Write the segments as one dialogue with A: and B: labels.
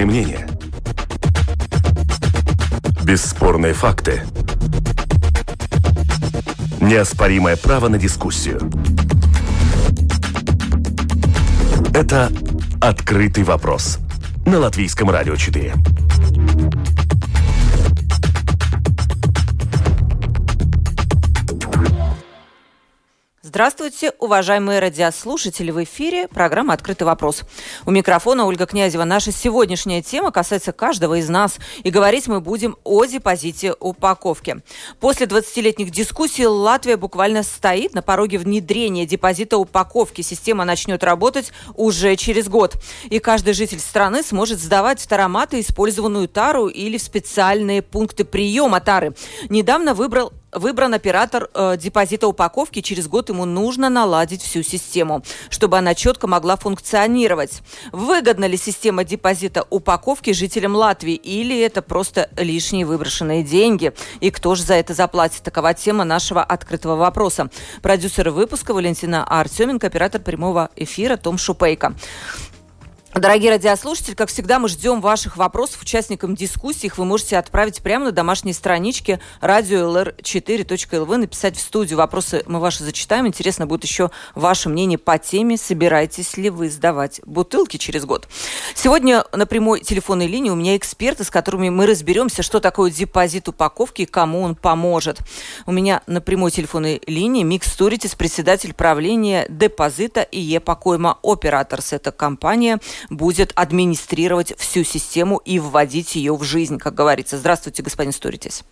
A: Экспертные мнения. Бесспорные факты. Неоспоримое право на дискуссию. Это «Открытый вопрос» на Латвийском радио 4.
B: Здравствуйте, уважаемые радиослушатели, в эфире программа «Открытый вопрос». У микрофона Ольга Князева. Наша сегодняшняя тема касается каждого из нас, и говорить мы будем о депозите упаковки. После 20-летних дискуссий Латвия буквально стоит на пороге внедрения депозита упаковки. Система начнет работать уже через год, и каждый житель страны сможет сдавать в тароматы использованную тару или в специальные пункты приема тары. Недавно выбран оператор депозита упаковки. Через год ему нужно наладить всю систему, чтобы она четко могла функционировать. Выгодна ли система депозита упаковки жителям Латвии, или это просто лишние выброшенные деньги? И кто же за это заплатит? Такова тема нашего открытого вопроса. Продюсер выпуска Валентина Артеменко, оператор прямого эфира Том Шупейко. Дорогие радиослушатели, как всегда, мы ждем ваших вопросов участникам дискуссии. Их вы можете отправить прямо на домашней страничке radio.lr4.lv, написать в студию. Вопросы мы ваши зачитаем. Интересно будет еще ваше мнение по теме. Собираетесь ли вы сдавать бутылки через год? Сегодня на прямой телефонной линии у меня эксперты, с которыми мы разберемся, что такое депозит упаковки и кому он поможет. У меня на прямой телефонной линии Микс Туритис, председатель правления депозита и Епакойма Операторс. Это компания будет администрировать всю систему и вводить ее в жизнь, как говорится. Здравствуйте, господин Сторитис.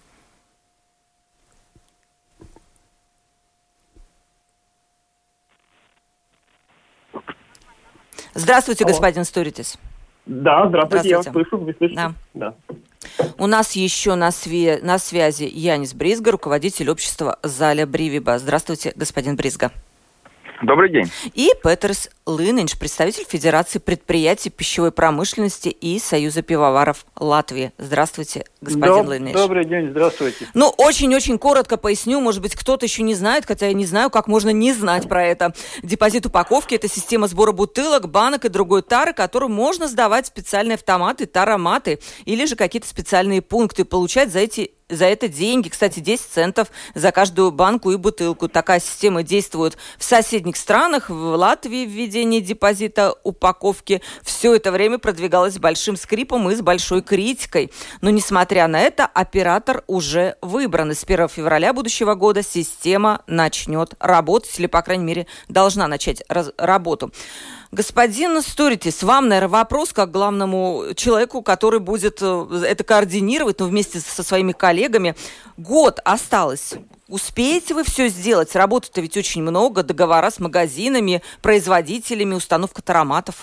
B: Здравствуйте, господин Сторитис.
C: Да, здравствуйте, я вас слышу, вы слышите?
B: Да. У нас еще на связи Янис Бризга, руководитель общества Заля Бривиба. Здравствуйте, господин Бризга.
D: Добрый день.
B: И Петерс Лынинш, представитель Федерации предприятий пищевой промышленности и Союза пивоваров Латвии. Здравствуйте, господин Лынинш.
D: Добрый день, здравствуйте.
B: Очень-очень коротко поясню, может быть, кто-то еще не знает, хотя я не знаю, как можно не знать про это. Депозит упаковки – это система сбора бутылок, банок и другой тары, которую можно сдавать в специальные автоматы, тароматы или же какие-то специальные пункты, получать за это деньги. Кстати, 10 центов за каждую банку и бутылку. Такая система действует в соседних странах. В Латвии введение депозита упаковки все это время продвигалось с большим скрипом и с большой критикой. Но, несмотря на это, оператор уже выбран. И с 1 февраля будущего года система начнет работать, или, по крайней мере, должна начать работу. Господин Сторитис, вам, наверное, вопрос как главному человеку, который будет это координировать, вместе со своими коллегами. Год осталось. Успеете вы все сделать? Работы-то ведь очень много, договора с магазинами, производителями, установка тароматов.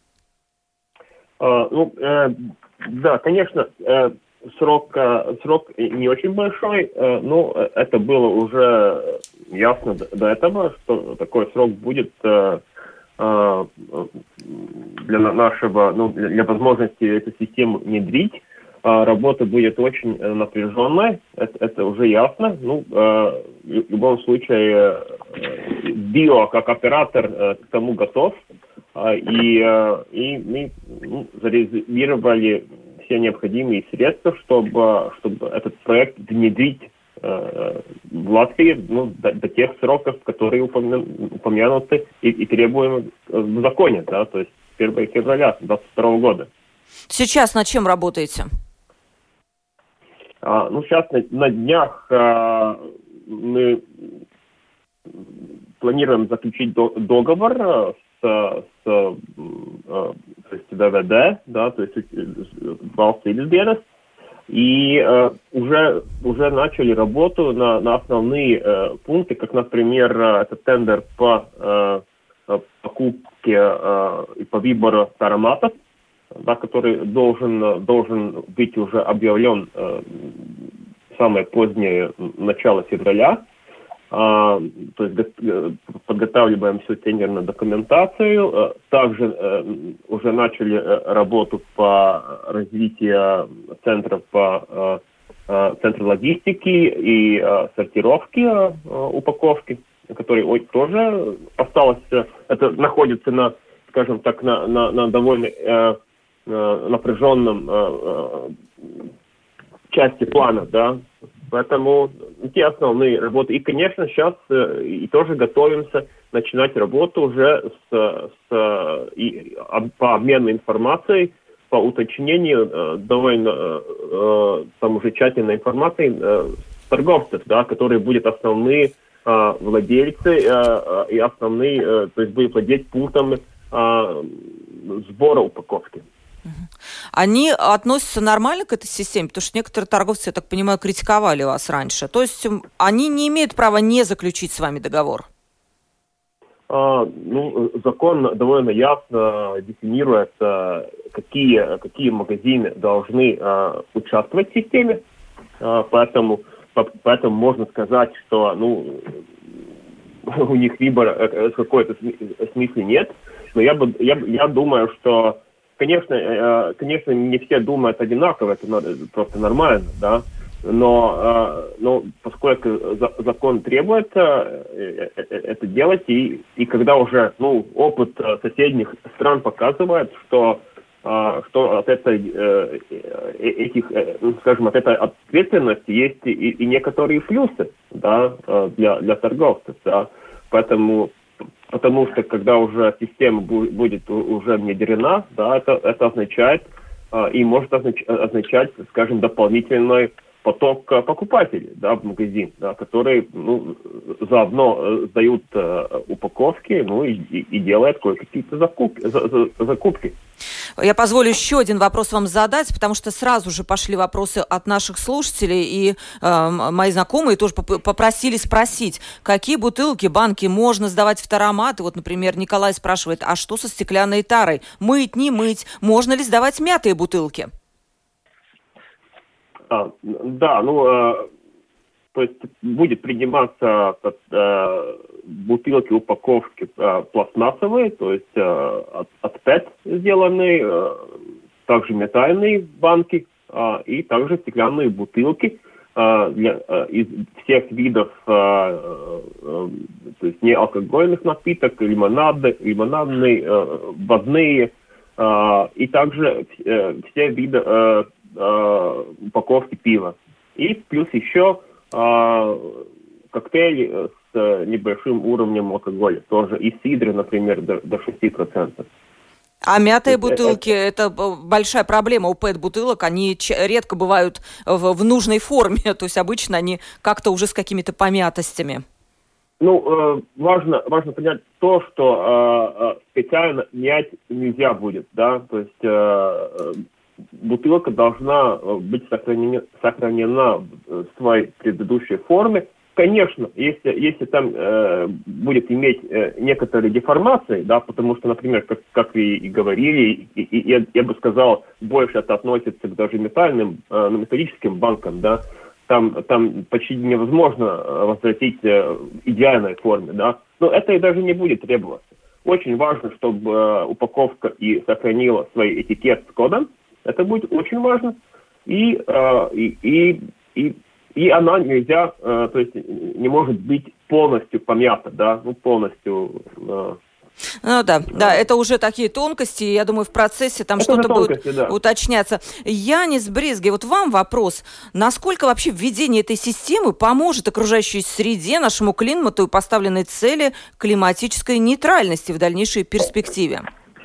C: Да, конечно, срок не очень большой, но это было уже ясно до этого, что такой срок будет для для возможности эту систему внедрить. Работа будет очень напряженная, это уже ясно. В любом случае, Био как оператор к тому готов, и мы зарезервировали все необходимые средства, чтобы этот проект внедрить в Латвии до тех сроков, которые упомянуты и требуемы в законе, да, то есть 1 февраля 2022 года.
B: Сейчас над чем работаете?
C: Сейчас на днях мы планируем заключить договор с ВВД, да, то есть Valsts Ilgsdienas, и уже начали работу на основные пункты, как, например, это тендер по покупке и по выбору тароматов, да, который должен быть уже объявлен самое позднее начало февраля. То есть подготавливаем всю тендерную документацию. Также уже начали работу по развитию центров по центру логистики и сортировки упаковки, который тоже осталось. Это находится на, скажем так, на довольно напряженном части плана, да. Поэтому те основные работы. И, конечно, сейчас и тоже готовимся начинать работу уже по обмену информацией, по уточнению довольно там уже тщательной информации торговцев, да, которые будут основные владельцы и основные, то есть будут владеть пунктами сбора упаковки.
B: Они относятся нормально к этой системе? Потому что некоторые торговцы, я так понимаю, критиковали вас раньше. То есть они не имеют права не заключить с вами договор?
C: Закон довольно ясно дефинирует, какие магазины должны участвовать в системе. Поэтому можно сказать, что у них выбора в какой-то смысле нет. Но я думаю, что конечно, не все думают одинаково, это просто нормально, да. Но поскольку закон требует это делать, и когда уже опыт соседних стран показывает, что от этой ответственности есть и некоторые плюсы, да, для торговцев, да. Потому что когда уже система будет уже внедрена, да, это означает и может означать, скажем, дополнительный поток покупателей, да, в магазин, да, которые заодно сдают упаковки, и делают кое-какие-то закупки.
B: Я позволю еще один вопрос вам задать, потому что сразу же пошли вопросы от наших слушателей, и мои знакомые тоже попросили спросить, какие бутылки, банки можно сдавать в таромат. И вот, например, Николай спрашивает, а что со стеклянной тарой? Мыть, не мыть? Можно ли сдавать мятые бутылки?
C: То есть будет приниматься бутылки, упаковки пластмассовые, то есть от ПЭТ сделанные, также метальные банки и также стеклянные бутылки из всех видов, то есть неалкогольных напиток, лимонадные, водные, и также все виды упаковки пива. И плюс еще коктейли с небольшим уровнем алкоголя. Тоже и сидра, например, до 6%.
B: А мятые бутылки – это большая проблема у ПЭТ-бутылок. Они редко бывают в нужной форме. То есть обычно они как-то уже с какими-то помятостями.
C: Важно понять то, что специально мять нельзя будет. Да? То есть бутылка должна быть сохранена в своей предыдущей форме. Конечно, если там будет иметь некоторые деформации, да, потому что, например, как вы и говорили, и я бы сказал, больше это относится к даже металлическим банкам, да, там почти невозможно возвратить в идеальной форме, да, но это и даже не будет требоваться. Очень важно, чтобы упаковка и сохранила свой этикет с кодом. Это будет очень важно. И она нельзя, то есть не может быть полностью помята, да, полностью.
B: Да, это уже такие тонкости, я думаю, в процессе там что-то будет уточняться. Янис Брезги, вот вам вопрос. Насколько вообще введение этой системы поможет окружающей среде, нашему климату и поставленной цели климатической нейтральности в дальнейшей перспективе?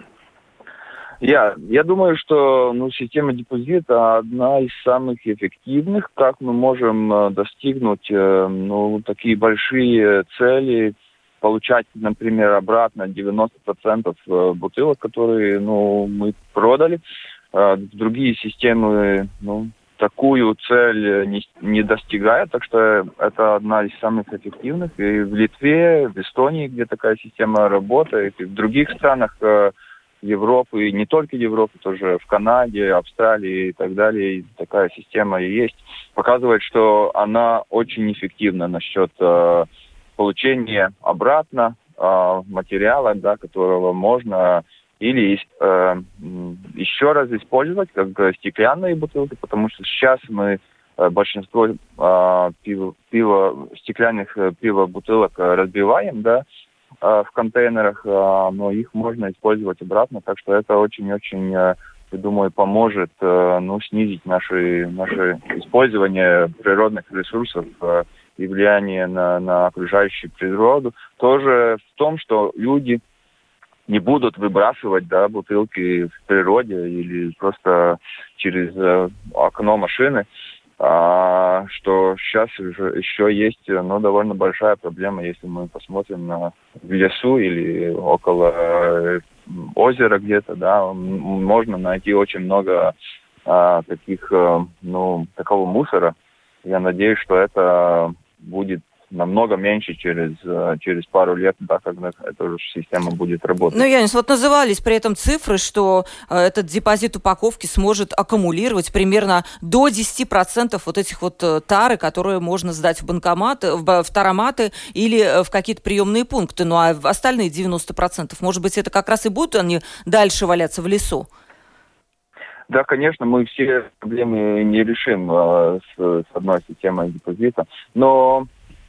D: Я думаю, что система депозита одна из самых эффективных, как мы можем достигнуть такие большие цели, получать, например, обратно 90% бутылок, которые мы продали. Другие системы такую цель не достигают, так что это одна из самых эффективных. И в Литве, в Эстонии, где такая система работает, и в других странах Европы, и не только Европы, тоже в Канаде, Австралии и так далее, и такая система и есть, показывает, что она очень эффективна насчет получения обратно материала, да, которого можно или еще раз использовать, как стеклянные бутылки, потому что сейчас мы большинство стеклянных пивобутылок разбиваем, да, в контейнерах, но их можно использовать обратно, так что это очень-очень я думаю, поможет снизить наше использование природных ресурсов и влияние на окружающую природу. Тоже в том, что люди не будут выбрасывать бутылки в природе или просто через окно машины, что сейчас уже еще есть довольно большая проблема, если мы посмотрим в лесу или около озера где-то, можно найти очень много такого мусора. Я надеюсь, что это будет намного меньше через пару лет, когда эта уже система будет работать.
B: Янис, назывались при этом цифры, что этот депозит упаковки сможет аккумулировать примерно до 10% этих тары, которые можно сдать в банкоматы, в тароматы или в какие-то приемные пункты. Ну а остальные 90%, может быть, это как раз и будут они дальше валяться в лесу?
D: Да, конечно, мы все проблемы не решим с одной системой депозита, но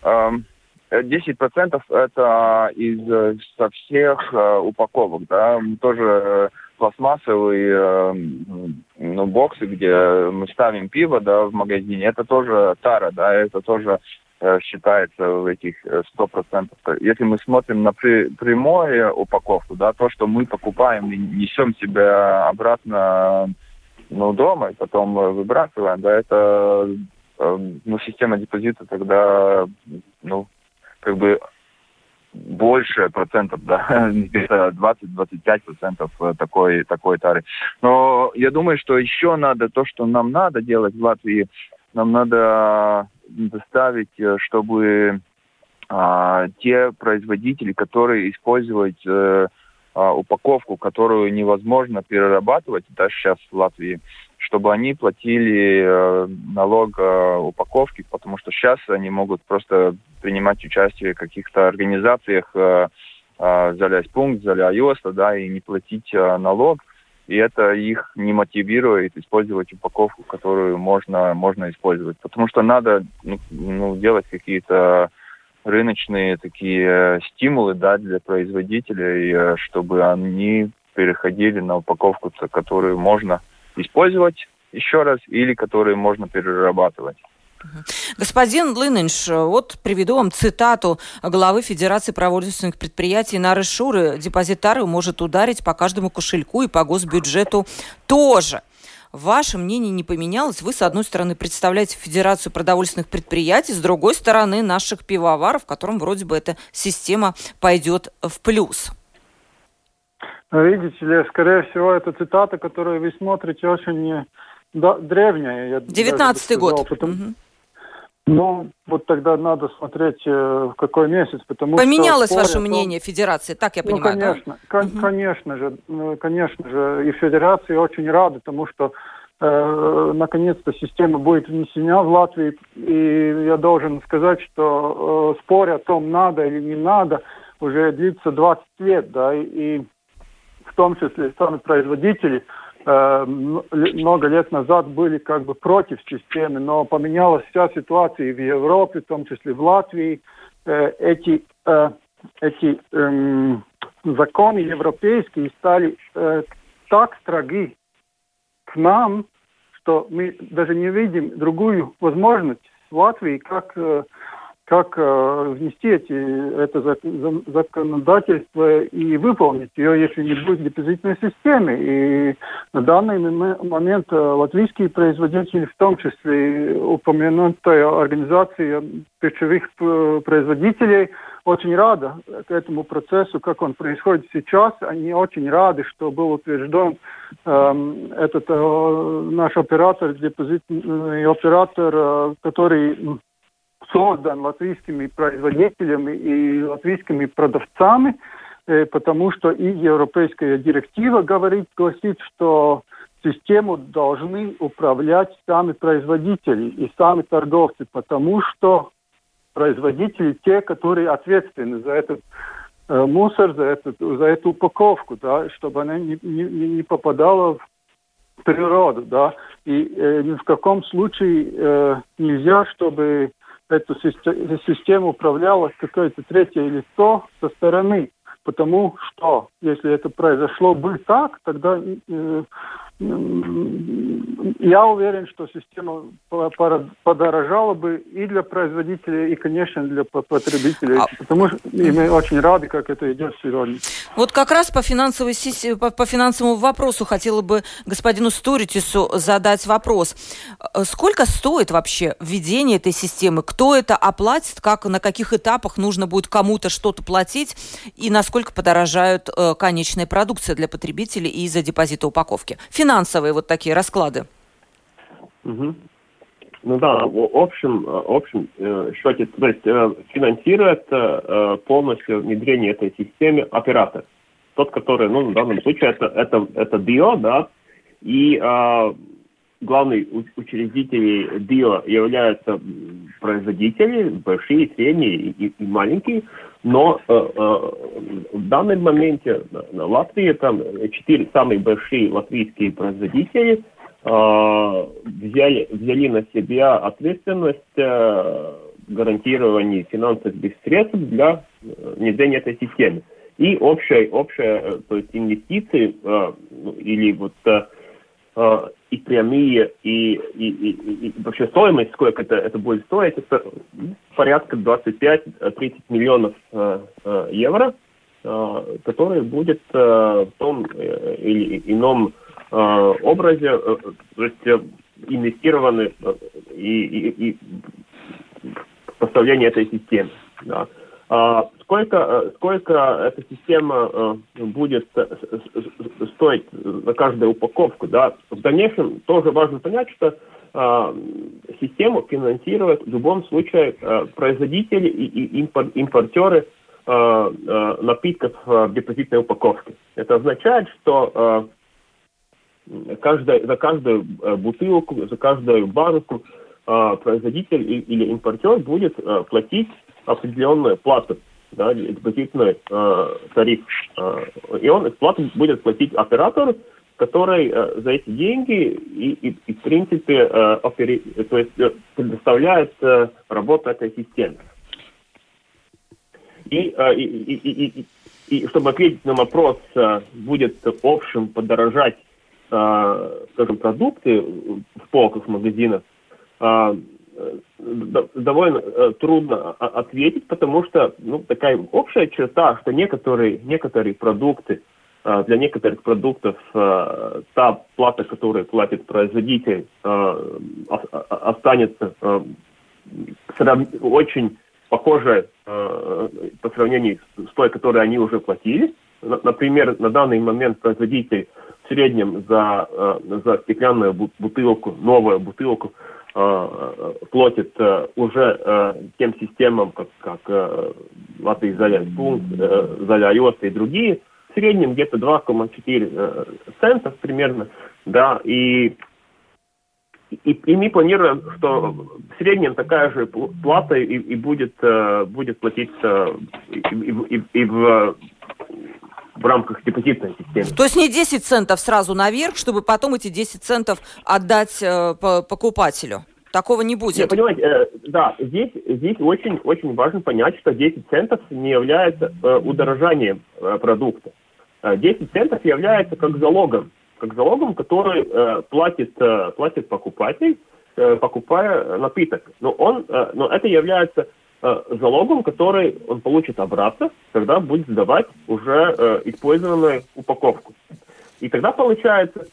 D: 10% это со всех упаковок, тоже пластмассовые боксы, где мы ставим пиво, в магазине, это тоже тара, это тоже считается в этих 100%. Если мы смотрим на прямую упаковку, то, что мы покупаем и несем себя обратно дома и потом выбрасываем, это система депозита тогда, больше процентов, где-то 20-25% такой тары. Но я думаю, что еще надо, то, что нам надо делать в Латвии, нам надо заставить, чтобы те производители, которые используют упаковку, которую невозможно перерабатывать, сейчас в Латвии, чтобы они платили налог упаковки, потому что сейчас они могут просто принимать участие в каких-то организациях «Залясь-пункт», «Заля-Йоста», и не платить налог. И это их не мотивирует использовать упаковку, которую можно использовать. Потому что надо делать какие-то рыночные такие стимулы для производителей, чтобы они переходили на упаковку, которую можно использовать еще раз или которые можно перерабатывать.
B: Господин Лининш, приведу вам цитату главы Федерации продовольственных предприятий Нары Шуры. Депозит тары может ударить по каждому кошельку и по госбюджету тоже. Ваше мнение не поменялось? Вы, с одной стороны, представляете Федерацию продовольственных предприятий, с другой стороны, наших пивоваров, которым вроде бы эта система пойдет в плюс.
E: Видите ли, скорее всего, это цитата, которую вы смотрите, очень древняя.
B: 19-й год.
E: Тогда надо смотреть, в какой месяц, потому
B: поменялось ваше мнение Федерации, так я понимаю,
E: конечно же, и Федерация очень рада тому, что наконец-то система будет внесена в Латвию, и я должен сказать, что спор о том, надо или не надо, уже длится 20 лет, и в том числе сами производители много лет назад были против системы, но поменялась вся ситуация и в Европе, в том числе в Латвии. Эти законы европейские стали так строги к нам, что мы даже не видим другую возможность в Латвии, как внести это законодательство и выполнить ее, если не будет депозитной системы. И на данный момент латвийские производители, в том числе упомянутая организация пищевых производителей, очень рада к этому процессу, как он происходит сейчас. Они очень рады, что был утвержден этот наш оператор, депозитный оператор, который создан латвийскими производителями и латвийскими продавцами, потому что и европейская директива гласит, что систему должны управлять сами производители и сами торговцы, потому что производители те, которые ответственны за этот мусор, за эту упаковку, чтобы она не попадала в природу, и ни в каком случае нельзя, чтобы эту систему управляло какое-то третье лицо со стороны. Потому что, если это произошло бы так, тогда я уверен, что система подорожала бы и для производителей, и, конечно, для потребителей. Потому что мы очень рады, как это идет сегодня.
B: Вот как раз по финансовому вопросу хотела бы господину Стуритису задать вопрос. Сколько стоит вообще введение этой системы? Кто это оплатит? На каких этапах нужно будет кому-то что-то платить? И насколько подорожают конечная продукция для потребителей из-за депозита упаковки? Финансовые вот такие расклады.
C: Ну да, в общем счете, то есть финансирует полностью внедрение этой системы оператор. Тот, который, в данном случае это ДИО, да, и главный учредитель ДИО являются производители, большие, средние и маленькие, но в данном моменте на Латвии там 4 самые большие латвийские производители взяли на себя ответственность гарантирования финансовых средств для внедрения этой системы. И общая, то есть инвестиции или вот и прямые, и вообще стоимость, сколько это будет стоить, это порядка 25-30 миллионов евро, которые будет в том или ином образе, то есть инвестированы и поставление этой системы. Да. Сколько эта система будет стоить за каждую упаковку, да? В дальнейшем тоже важно понять, что систему финансируют в любом случае производители и импортеры напитков в депозитной упаковке. Это означает, что за каждую бутылку, за каждую банку производитель или импортер будет платить определенную плату, да, депозитный тариф. И он эту плату будет платить оператору, который за эти деньги и в принципе то есть предоставляет работу этой системы. И чтобы ответить на вопрос, будет в общем подорожать, скажем, продукты в полках магазинов, довольно трудно ответить, потому что такая общая черта, что некоторые продукты, для некоторых продуктов та плата, которую платит производитель, останется очень похожей по сравнению с той, которую они уже платили. Например, на данный момент производитель в среднем за стеклянную бутылку, новую бутылку, платит уже тем системам, как Латвия Заляйпункт, Заляйост и другие, в среднем где-то 2,4 цента примерно, да, и мы планируем, что в среднем такая же плата и будет платиться и в рамках депозитной системы.
B: То есть не 10 центов сразу наверх, чтобы потом эти 10 центов отдать покупателю. Такого не будет.
C: Нет, понимаете, да, здесь очень, очень важно понять, что 10 центов не является удорожанием продукта. 10 центов является как залогом, который платит покупатель, покупая напиток. Но это является залогом, который он получит обратно, когда будет сдавать уже использованную упаковку. И тогда получается,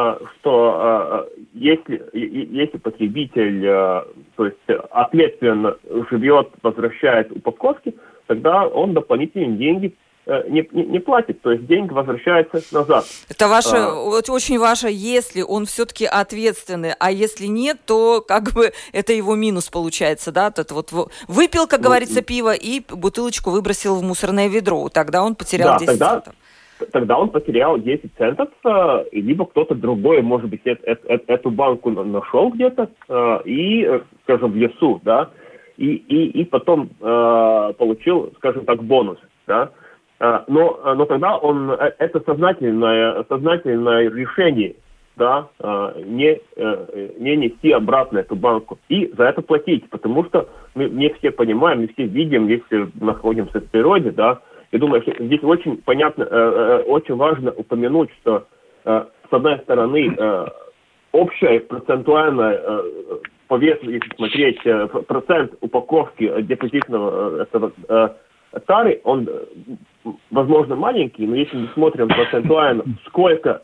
C: что если потребитель, то есть ответственно живет, возвращает упаковки, тогда он дополнительные деньги не платит, то есть деньги возвращаются назад.
B: Это очень ваше, если он все-таки ответственный, а если нет, то как бы это его минус получается, да? Это вот выпил, как говорится, пиво и бутылочку выбросил в мусорное ведро, тогда он потерял 10 центов.
C: Тогда он потерял 10 центов, либо кто-то другой, может быть, эту банку нашел где-то и, скажем, в лесу, да, и потом получил, скажем так, бонус, да. Но тогда это сознательное решение, да, не нести обратно эту банку и за это платить, потому что мы все понимаем, мы все видим, если находимся в природе, да. Я думаю, что здесь очень понятно, очень важно упомянуть, что с одной стороны, общая процентуальная по весу, если смотреть, процент упаковки депозитного тары, он, возможно, маленький, но если мы смотрим процентуально, сколько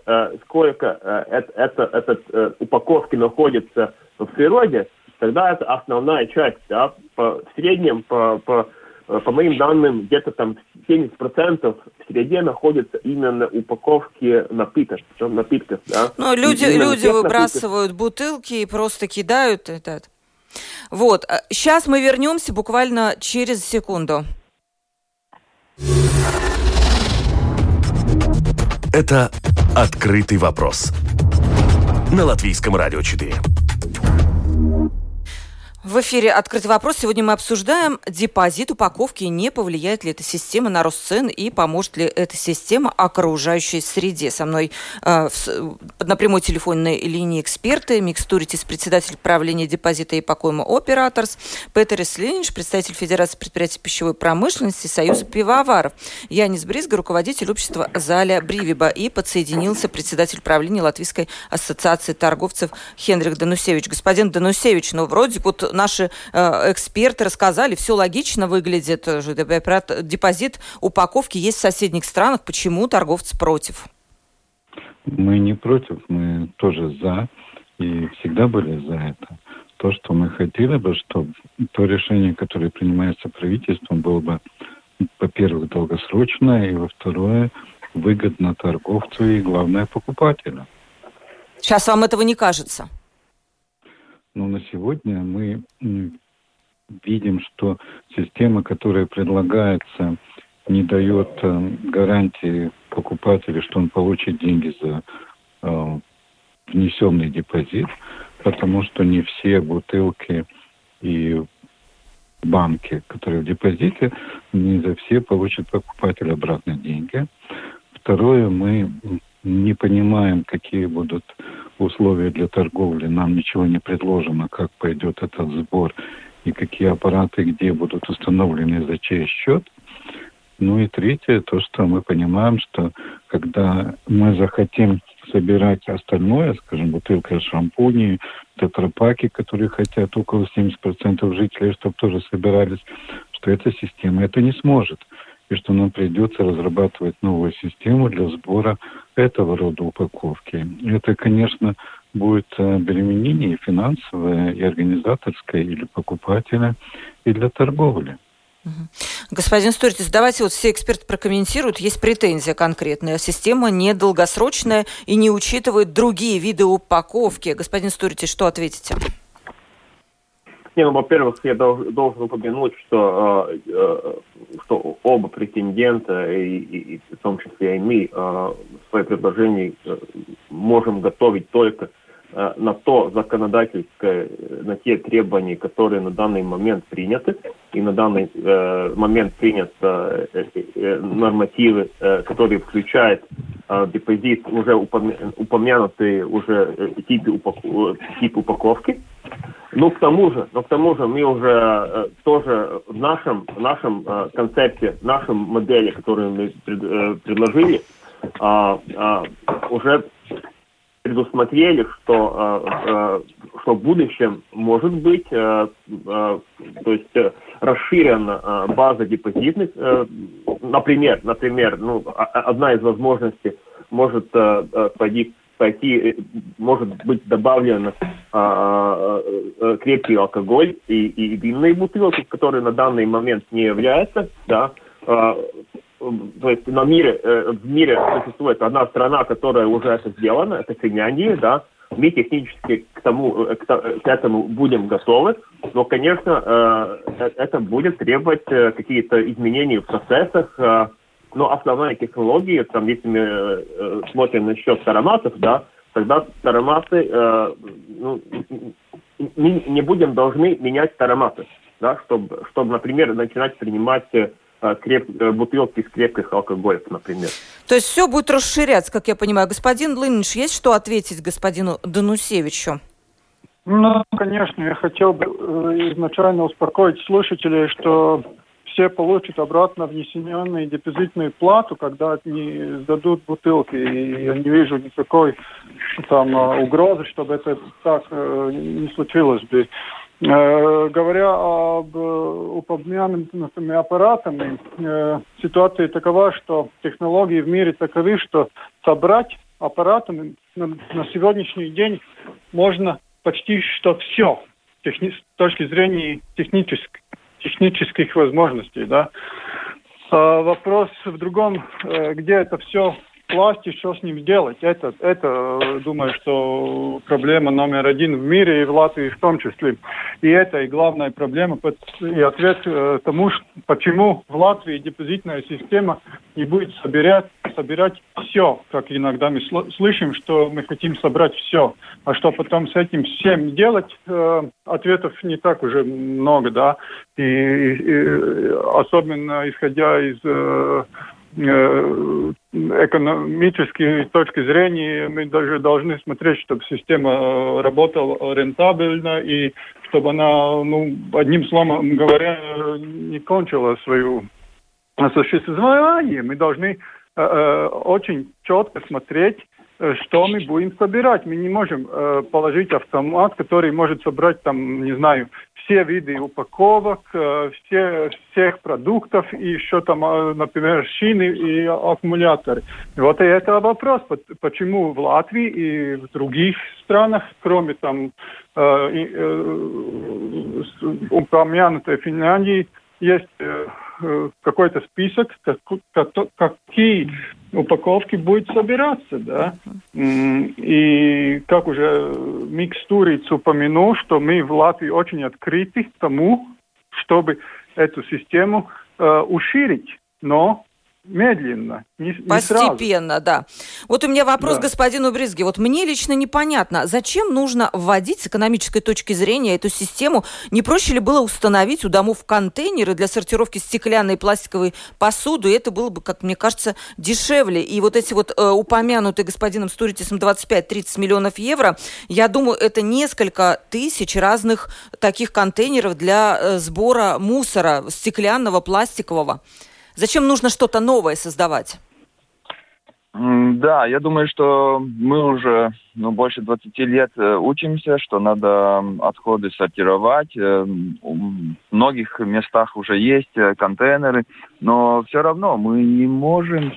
C: упаковки находится в природе, тогда это основная часть. Да? В среднем, по моим данным, где-то там 70% в среде находятся именно упаковки напитков. Да?
B: Ну, люди выбрасывают бутылки и просто кидают это. Вот. Сейчас мы вернемся буквально через секунду.
A: Это «Открытый вопрос» на Латвийском радио 4.
B: В эфире «Открытый вопрос». Сегодня мы обсуждаем депозит упаковки. Не повлияет ли эта система на рост цен и поможет ли эта система окружающей среде? Со мной на прямой телефонной линии эксперты. Микстуритис, председатель правления депозита и Ипакойма Операторс. Петерис Линич, представитель Федерации предприятий пищевой промышленности, Союза пивоваров. Янис Бризга, руководитель общества Заля Бривиба. И подсоединился председатель правления Латвийской ассоциации торговцев Хенрик Данусевич. Господин Данусевич, ну вроде вот наши эксперты рассказали, все логично выглядит. Депозит упаковки есть в соседних странах. Почему торговцы против?
F: Мы не против, мы тоже за и всегда были за это. То, что мы хотели бы, чтобы то решение, которое принимается правительством, было бы, во-первых, долгосрочное, и, во-вторых, выгодно торговцу и, главное, покупателю.
B: Сейчас вам этого не кажется?
F: Но на сегодня мы видим, что система, которая предлагается, не дает гарантии покупателю, что он получит деньги за внесенный депозит, потому что не все бутылки и банки, которые в депозите, не за все получит покупатель обратно деньги. Второе, мы не понимаем, какие будут условия для торговли. Нам ничего не предложено, как пойдет этот сбор и какие аппараты где будут установлены, за чей счет. Ну и третье, то, что мы понимаем, что когда мы захотим собирать остальное, скажем, бутылка шампуней, тетрапаки, которые хотят около 70% жителей, чтобы тоже собирались, что эта система это не сможет. И что нам придется разрабатывать новую систему для сбора этого рода упаковки. Это, конечно, будет обременение и финансовое, и организаторское, и для покупателя, и для торговли.
B: Господин Стуритис, давайте вот все эксперты прокомментируют. Есть претензия конкретная. Система недолгосрочная и не учитывает другие виды упаковки. Господин Стуритис, что ответите?
C: Во-первых, я должен упомянуть, что оба претендента, и в том числе и мы, свои предложения можем готовить только на то законодательское, на те требования, которые на данный момент приняты, и на данный момент приняты нормативы, которые включают депозит, уже упомянутые уже типы упаковки. Но к тому же мы уже тоже в нашем концепте, в нашем модели, которую мы предложили, уже предусмотрели, что в будущем может быть, то есть расширена база депозитных, например, одна из возможностей может может быть добавлен крепкий алкоголь и винные бутылки, которые на данный момент не являются, да. То есть в мире существует одна страна, которая уже это сделана, это Финляндия, да. Мы технически к этому будем готовы, но, конечно, это будет требовать какие-то изменения в процессах. Но основная технология, там, если мы смотрим насчет тароматов, да, тогда тароматы, не будем должны менять тароматы, да, чтобы, например, начинать принимать бутылки с крепких алкоголев, например.
B: То есть все будет расширяться, как я понимаю. Господин Лынич, есть что ответить господину Данусевичу?
E: Ну, конечно, я хотел бы изначально успокоить слушателей, что все получат обратно внесенную депозитную плату, когда они сдадут бутылки. И я не вижу никакой там угрозы, чтобы это так не случилось бы. Говоря об упомянутыми аппаратами, ситуация такова, что технологии в мире таковы, что собрать аппаратами на сегодняшний день можно почти что все с точки зрения технических возможностей. Да? Вопрос в другом, где это все класть и что с ним делать. Это, думаю, что проблема номер один в мире и в Латвии в том числе. И это и главная проблема, и ответ тому, почему в Латвии депозитная система не будет собирать все, как иногда мы слышим, что мы хотим собрать все. А что потом с этим всем делать, ответов не так уже много, да. И особенно исходя из экономической точки зрения, мы даже должны смотреть, чтобы система работала рентабельно и чтобы она, одним словом говоря, не кончила свое существование. Мы должны очень четко смотреть, что мы будем собирать. Мы не можем положить автомат, который может собрать, все виды упаковок, всех продуктов и еще например, шины и аккумуляторы. И вот это вопрос, почему в Латвии и в других странах, кроме упомянутой Финляндии, есть какой-то список, какие упаковки будут собираться, да. И как уже Микс Туриц упомянул, что мы в Латвии очень открыты к тому, чтобы эту систему уширить, но медленно, не
B: постепенно,
E: сразу.
B: Да. Вот у меня вопрос
E: Да.
B: господину Брызге. Вот мне лично непонятно, зачем нужно вводить с экономической точки зрения эту систему? Не проще ли было установить у домов контейнеры для сортировки стеклянной и пластиковой посуды? И это было бы, как мне кажется, дешевле. И вот эти упомянутые господином Стуритисом 25-30 миллионов евро, я думаю, это несколько тысяч разных таких контейнеров для сбора мусора стеклянного, пластикового. Зачем нужно что-то новое создавать?
D: Да, я думаю, что мы уже больше 20 лет учимся, что надо отходы сортировать. В многих местах уже есть контейнеры, но все равно мы не можем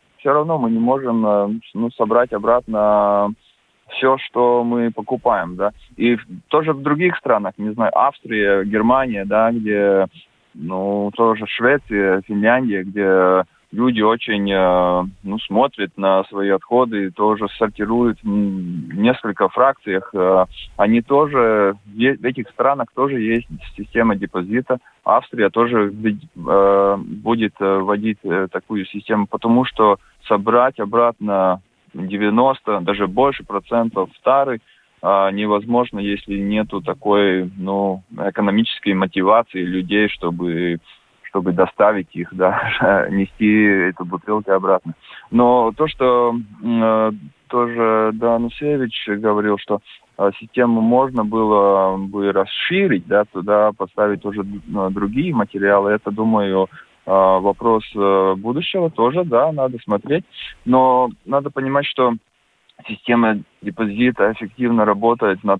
D: собрать обратно все, что мы покупаем, да. И тоже в других странах, не знаю, Австрия, Германия, да, где тоже Швеция, Финляндия, где люди очень смотрят на свои отходы, тоже сортируют в несколько фракциях. Они тоже, в этих странах тоже есть система депозита. Австрия тоже будет вводить такую систему, потому что собрать обратно 90, даже больше процентов старых невозможно, если нету такой, экономической мотивации людей, чтобы доставить их, да, нести эту бутылку обратно. Но то, что тоже Данусевич говорил, что систему можно было бы расширить, да, туда поставить уже другие материалы, это, думаю, вопрос будущего тоже, да, надо смотреть. Но надо понимать, что система депозита эффективно работает на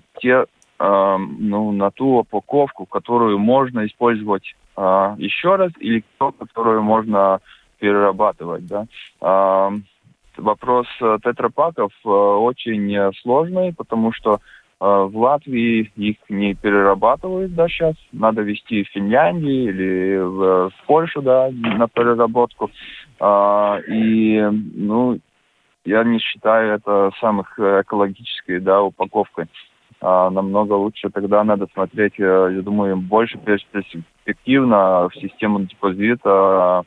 D: ту упаковку, которую можно использовать еще раз, или ту, которую можно перерабатывать. Да. Вопрос тетрапаков очень сложный, потому что в Латвии их не перерабатывают, да, сейчас. Надо везти в Финляндию или в Польшу, да, на переработку. Я не считаю это самых экологической, да, упаковкой. Намного лучше тогда надо смотреть, я думаю, больше перспективно в систему депозита,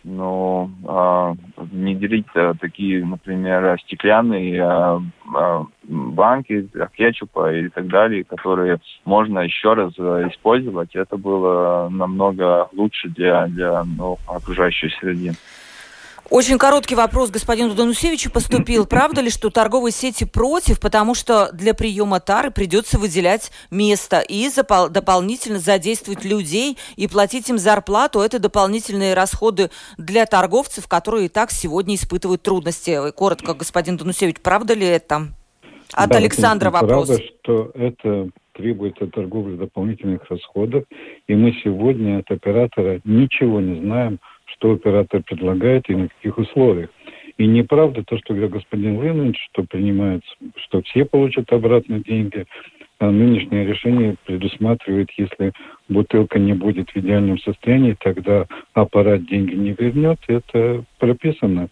D: внедрить такие, например, стеклянные банки кетчупа и так далее, которые можно еще раз использовать. Это было намного лучше для окружающей среды.
B: Очень короткий вопрос господину Данусевичу поступил. Правда ли, что торговые сети против, потому что для приема тары придется выделять место и дополнительно задействовать людей и платить им зарплату? Это дополнительные расходы для торговцев, которые и так сегодня испытывают трудности. Коротко, господин Данусевич, правда ли это? От Александра вопрос.
F: Правда, что это требует от торговли дополнительных расходов, и мы сегодня от оператора ничего не знаем, что оператор предлагает и на каких условиях. И неправда то, что говорил господин Леонидович, что принимается, что все получат обратно деньги. А нынешнее решение предусматривает, если бутылка не будет в идеальном состоянии, тогда аппарат деньги не вернет. Это прописано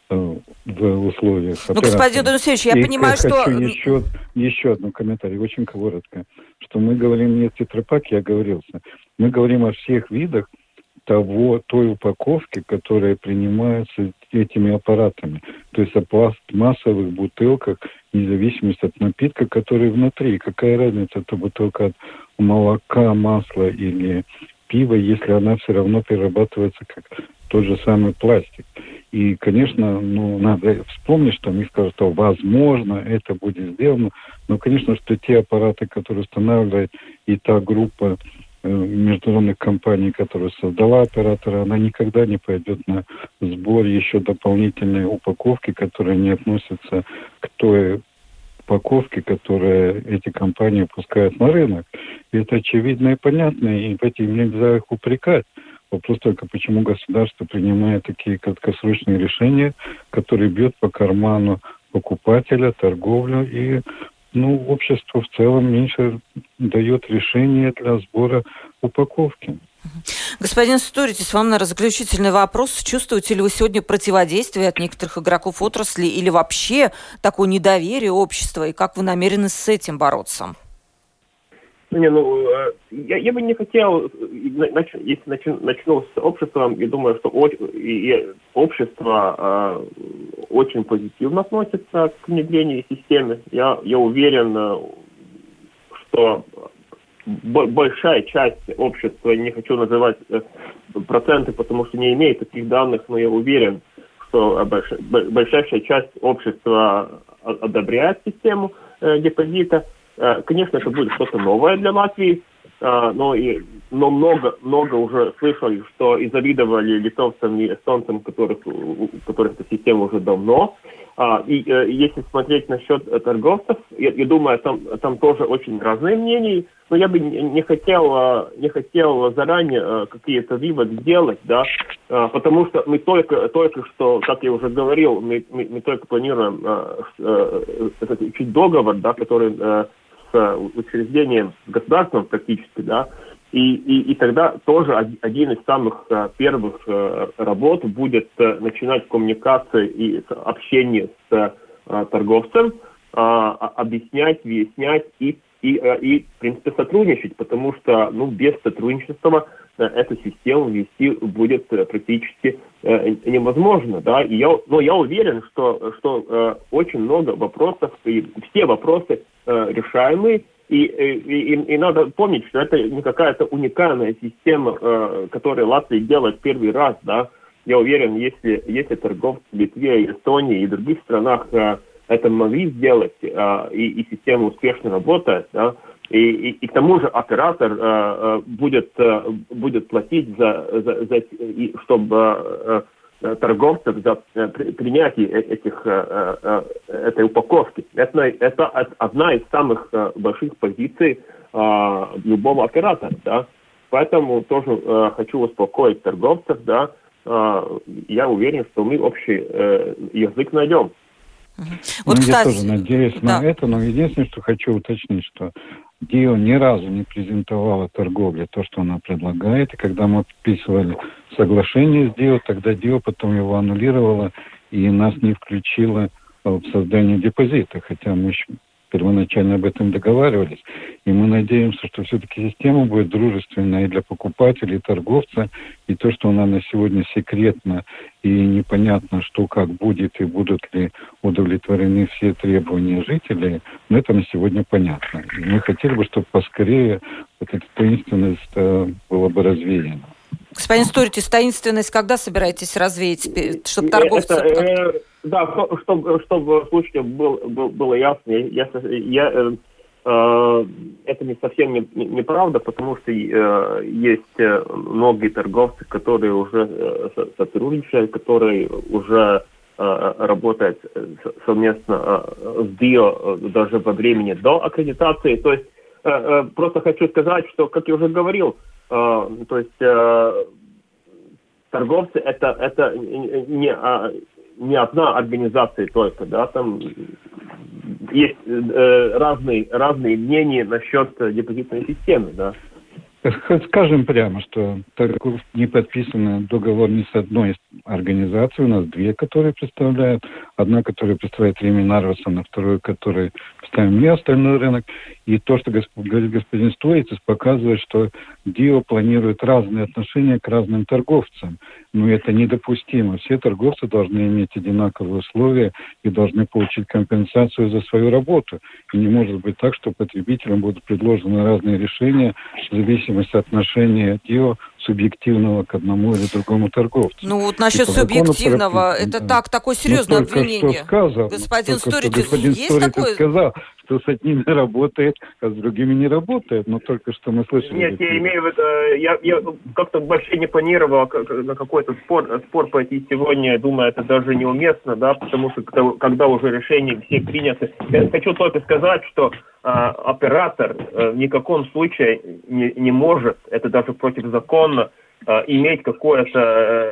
F: в условиях оператора.
B: Господин Данусевич, я понимаю, что...
F: Хочу еще одну комментарий, очень коротко. Что мы говорим не о тетрапаке, я оговорился. Мы говорим о всех видах той упаковки, которая принимается этими аппаратами. То есть о пластмассовых бутылках, вне зависимости от напитка, который внутри. Какая разница, это бутылка от молока, масла или пива, если она все равно перерабатывается как тот же самый пластик. И, конечно, надо вспомнить, что мне скажут, что возможно это будет сделано. Но, конечно, что те аппараты, которые устанавливает и та группа международных компаний, которая создала оператора, она никогда не пойдет на сбор еще дополнительной упаковки, которая не относится к той упаковке, которую эти компании пускают на рынок. И это очевидно и понятно, и в этим нельзя их упрекать. Вопрос только, почему государство принимает такие краткосрочные решения, которые бьют по карману покупателя, торговлю, и общество в целом меньше дает решения для сбора упаковки.
B: Господин Сторитис, вам, наверное, заключительный вопрос. Чувствуете ли вы сегодня противодействие от некоторых игроков отрасли или вообще такое недоверие общества, и как вы намерены с этим бороться?
C: Я бы не хотел, если начну с обществом, я думаю, что общество очень позитивно относится к внедрению системы. Я уверен, что большая часть общества, не хочу называть проценты, потому что не имею таких данных, но я уверен, что большая часть общества одобряет систему депозита. Конечно, это будет что-то новое для Латвии, но много уже слышали, что и завидовали литовцам и эстонцам, у которых эта система уже давно. И если смотреть насчет торговцев, я думаю, там тоже очень разные мнения, но я бы не хотел заранее какие-то выводы делать, да, потому что мы только что, как я уже говорил, мы только планируем заключить договор, да, который с учреждением государственным практически, да, и тогда тоже один из самых первых работ будет начинать коммуникации и общение с торговцем, объяснять, выяснять и в принципе, сотрудничать, потому что, без сотрудничества эту систему ввести будет практически невозможно, да, и я уверен, что очень много вопросов, и все вопросы решаемые, и надо помнить, что это не какая-то уникальная система, которую Латвия делает первый раз, да. Я уверен, если торговцы в Литве, Эстонии и других странах это могли сделать, и система успешно работает, да, и к тому же оператор будет платить чтобы торговцев за принятие этой упаковки. Это одна из самых больших позиций любого оператора, да. Поэтому тоже хочу успокоить торговцев, да. Я уверен, что мы общий язык найдем.
B: Вот, кстати,
F: я тоже надеюсь на это, но единственное, что хочу уточнить, что ДИО ни разу не презентовала торговле то, что она предлагает, и когда мы подписывали соглашение с ДИО, тогда ДИО потом его аннулировала и нас не включила в создание депозита, хотя мы еще первоначально об этом договаривались. И мы надеемся, что все-таки система будет дружественная и для покупателей, и торговца. И то, что она на сегодня секретна и непонятно, что как будет, и будут ли удовлетворены все требования жителей, но это на сегодня понятно. И мы хотели бы, чтобы поскорее вот эта таинственность была бы развеяна.
B: Господин Сторитис, таинственность когда собираетесь развеять, чтобы торговцы...
C: Да, чтобы слушайте, было ясно, это не совсем неправда, потому что есть многие торговцы, которые уже сотрудничают, которые уже работают совместно с ДИО даже во времени до аккредитации. То есть просто хочу сказать, что, как я уже говорил, то есть торговцы это не одна организация только, да, там есть разные мнения насчет депозитной системы, да.
F: Скажем прямо, что не подписан договор ни с одной организацией. У нас две, которые представляют. Одна, которая представляет Реми Нарвесона, вторую, которую представим мы, остальной рынок. И то, что говорит господин Сторитис, показывает, что ДИО планирует разные отношения к разным торговцам. Но это недопустимо. Все торговцы должны иметь одинаковые условия и должны получить компенсацию за свою работу. И не может быть так, что потребителям будут предложены разные решения в зависимости от отношения ДИО субъективного к одному или другому торговцу.
B: Ну вот насчет субъективного, это да. Такое серьезное обвинение. Господин Сторитис, есть такое?
F: Сказал, что с одними работает, а с другими не работает. Но только что мы слышали.
C: Нет, я имею в виду, я как-то вообще не планировал на какой-то спор пойти сегодня. Думаю, это даже неуместно, да, потому что когда уже решения все приняты. Я хочу только сказать, что оператор в никаком случае не может, это даже против закона, иметь какое-то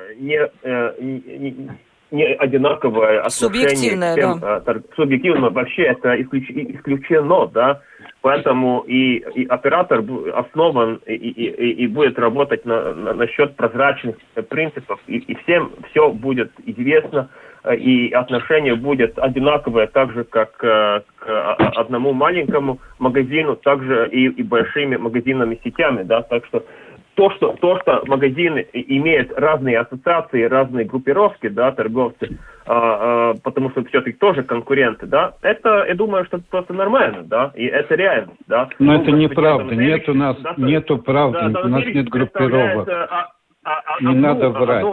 C: не одинаковое отношение к тем, да. Субъективно вообще это исключено, да. Поэтому и оператор основан и будет работать насчет прозрачных принципов, и всем все будет известно, и отношение будет одинаковое, так же, как к одному маленькому магазину, так же и большими магазинами сетями, да, так что то, что магазины имеют разные ассоциации, разные группировки, да, торговцы, потому что все-таки тоже конкуренты, да, это, я думаю, что это просто нормально, да, и это реально, да.
F: Но это неправда, нету правды, у нас нет группировок. Не надо врать.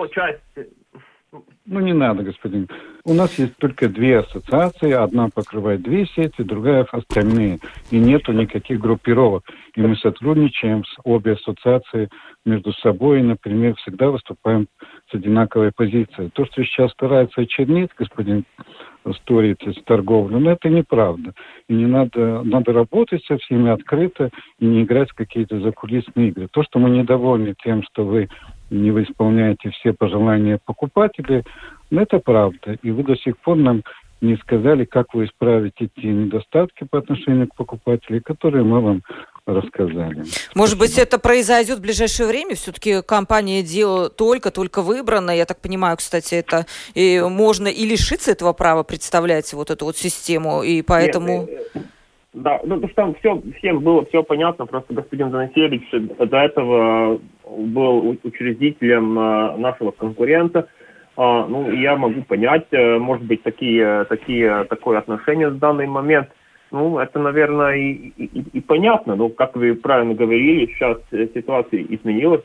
F: Ну, не надо, господин. У нас есть только две ассоциации. Одна покрывает две сети, другая остальные. И нету никаких группировок. И мы сотрудничаем с обе ассоциации между собой. И, например, всегда выступаем с одинаковой позицией. То, что сейчас старается очернить господин Сторитис торговлю, но это неправда. И не надо работать со всеми открыто и не играть в какие-то закулисные игры. То, что мы недовольны тем, что вы не исполняете все пожелания покупателей, но это правда. И вы до сих пор нам не сказали, как вы исправите те недостатки по отношению к покупателям, которые мы вам рассказали.
B: Может быть, это произойдет в ближайшее время? Все-таки компания ДИО только выбрана. Я так понимаю, кстати, это и можно и лишиться этого права представлять вот эту вот систему, и поэтому...
C: Да, ну потому что там всем было все понятно, просто господин Занасевич до этого был учредителем нашего конкурента. Ну, я могу понять, может быть, такое отношение в данный момент. Ну, это, наверное, и понятно. Но, как вы правильно говорили, сейчас ситуация изменилась.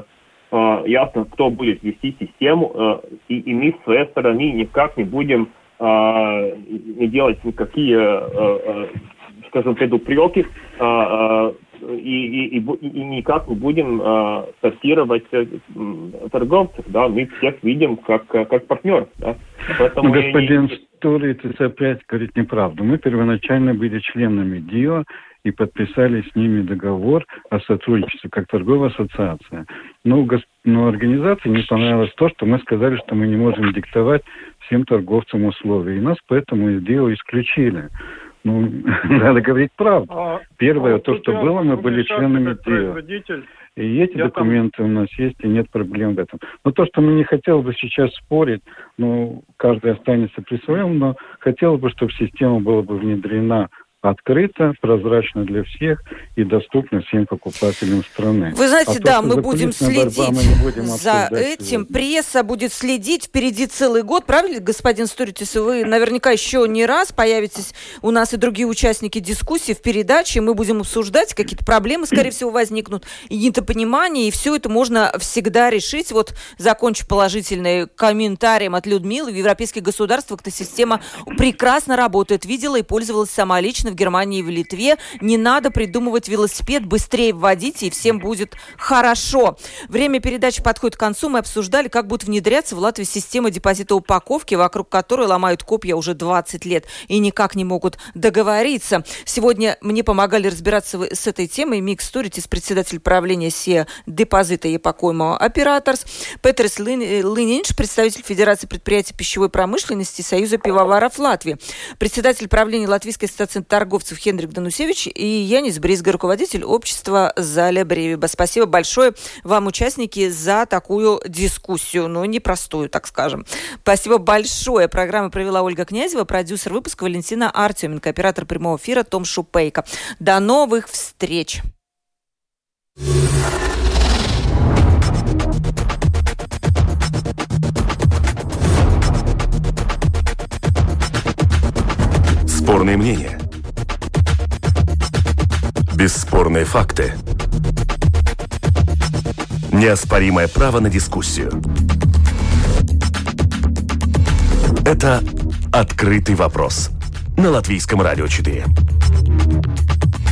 C: Ясно, кто будет вести систему. И мы с своей стороны никак не будем не делать никакие, скажем, предупреки. И никак не будем тестировать торговцев, да, мы всех видим как партнеров, да. Поэтому
F: господин Сторитис опять говорит неправду. Мы первоначально были членами ДИО и подписали с ними договор о сотрудничестве как торговая ассоциация. Но организации не понравилось то, что мы сказали, что мы не можем диктовать всем торговцам условия. И нас поэтому из ДИО исключили. Ну, надо говорить правду. Первое, то, что было, мы были членами ДИО. И эти документы у нас есть, и нет проблем в этом. Но то, что мы не хотели бы сейчас спорить, каждый останется при своем, но хотел бы, чтобы система была бы внедрена открыто, прозрачно для всех и доступно всем покупателям страны.
B: Вы знаете, да, мы будем следить за этим.
F: Сегодня.
B: Пресса будет следить. Впереди целый год. Правильно, господин Стуритис? Вы наверняка еще не раз появитесь у нас и другие участники дискуссии в передаче. Мы будем обсуждать, какие-то проблемы, скорее всего, возникнут, и недопонимание. И все это можно всегда решить. Вот закончу положительным комментарием от Людмилы. В европейских государствах эта система прекрасно работает. Видела и пользовалась сама лично в Германии и в Литве. Не надо придумывать велосипед, быстрее вводите, и всем будет хорошо. Время передачи подходит к концу. Мы обсуждали, как будет внедряться в Латвии система депозита упаковки, вокруг которой ломают копья уже 20 лет и никак не могут договориться. Сегодня мне помогали разбираться с этой темой Микс Стуритис, председатель правления СИА депозита Епакоймо Операторс, Петерс Лининш, представитель Федерации предприятий пищевой промышленности Союза пивоваров Латвии, председатель правления Латвийской ассоциации торговцев Хенрик Данусевич и Янис Бризга, руководитель общества Заля Бревиба. Спасибо большое вам, участники, за такую дискуссию, но непростую, так скажем. Спасибо большое. Программу провела Ольга Князева, продюсер выпуска Валентина Артеменко, оператор прямого эфира Том Шупейко. До новых встреч!
A: Спорные мнения. Бесспорные факты. Неоспоримое право на дискуссию. Это «Открытый вопрос» на Латвийском радио 4.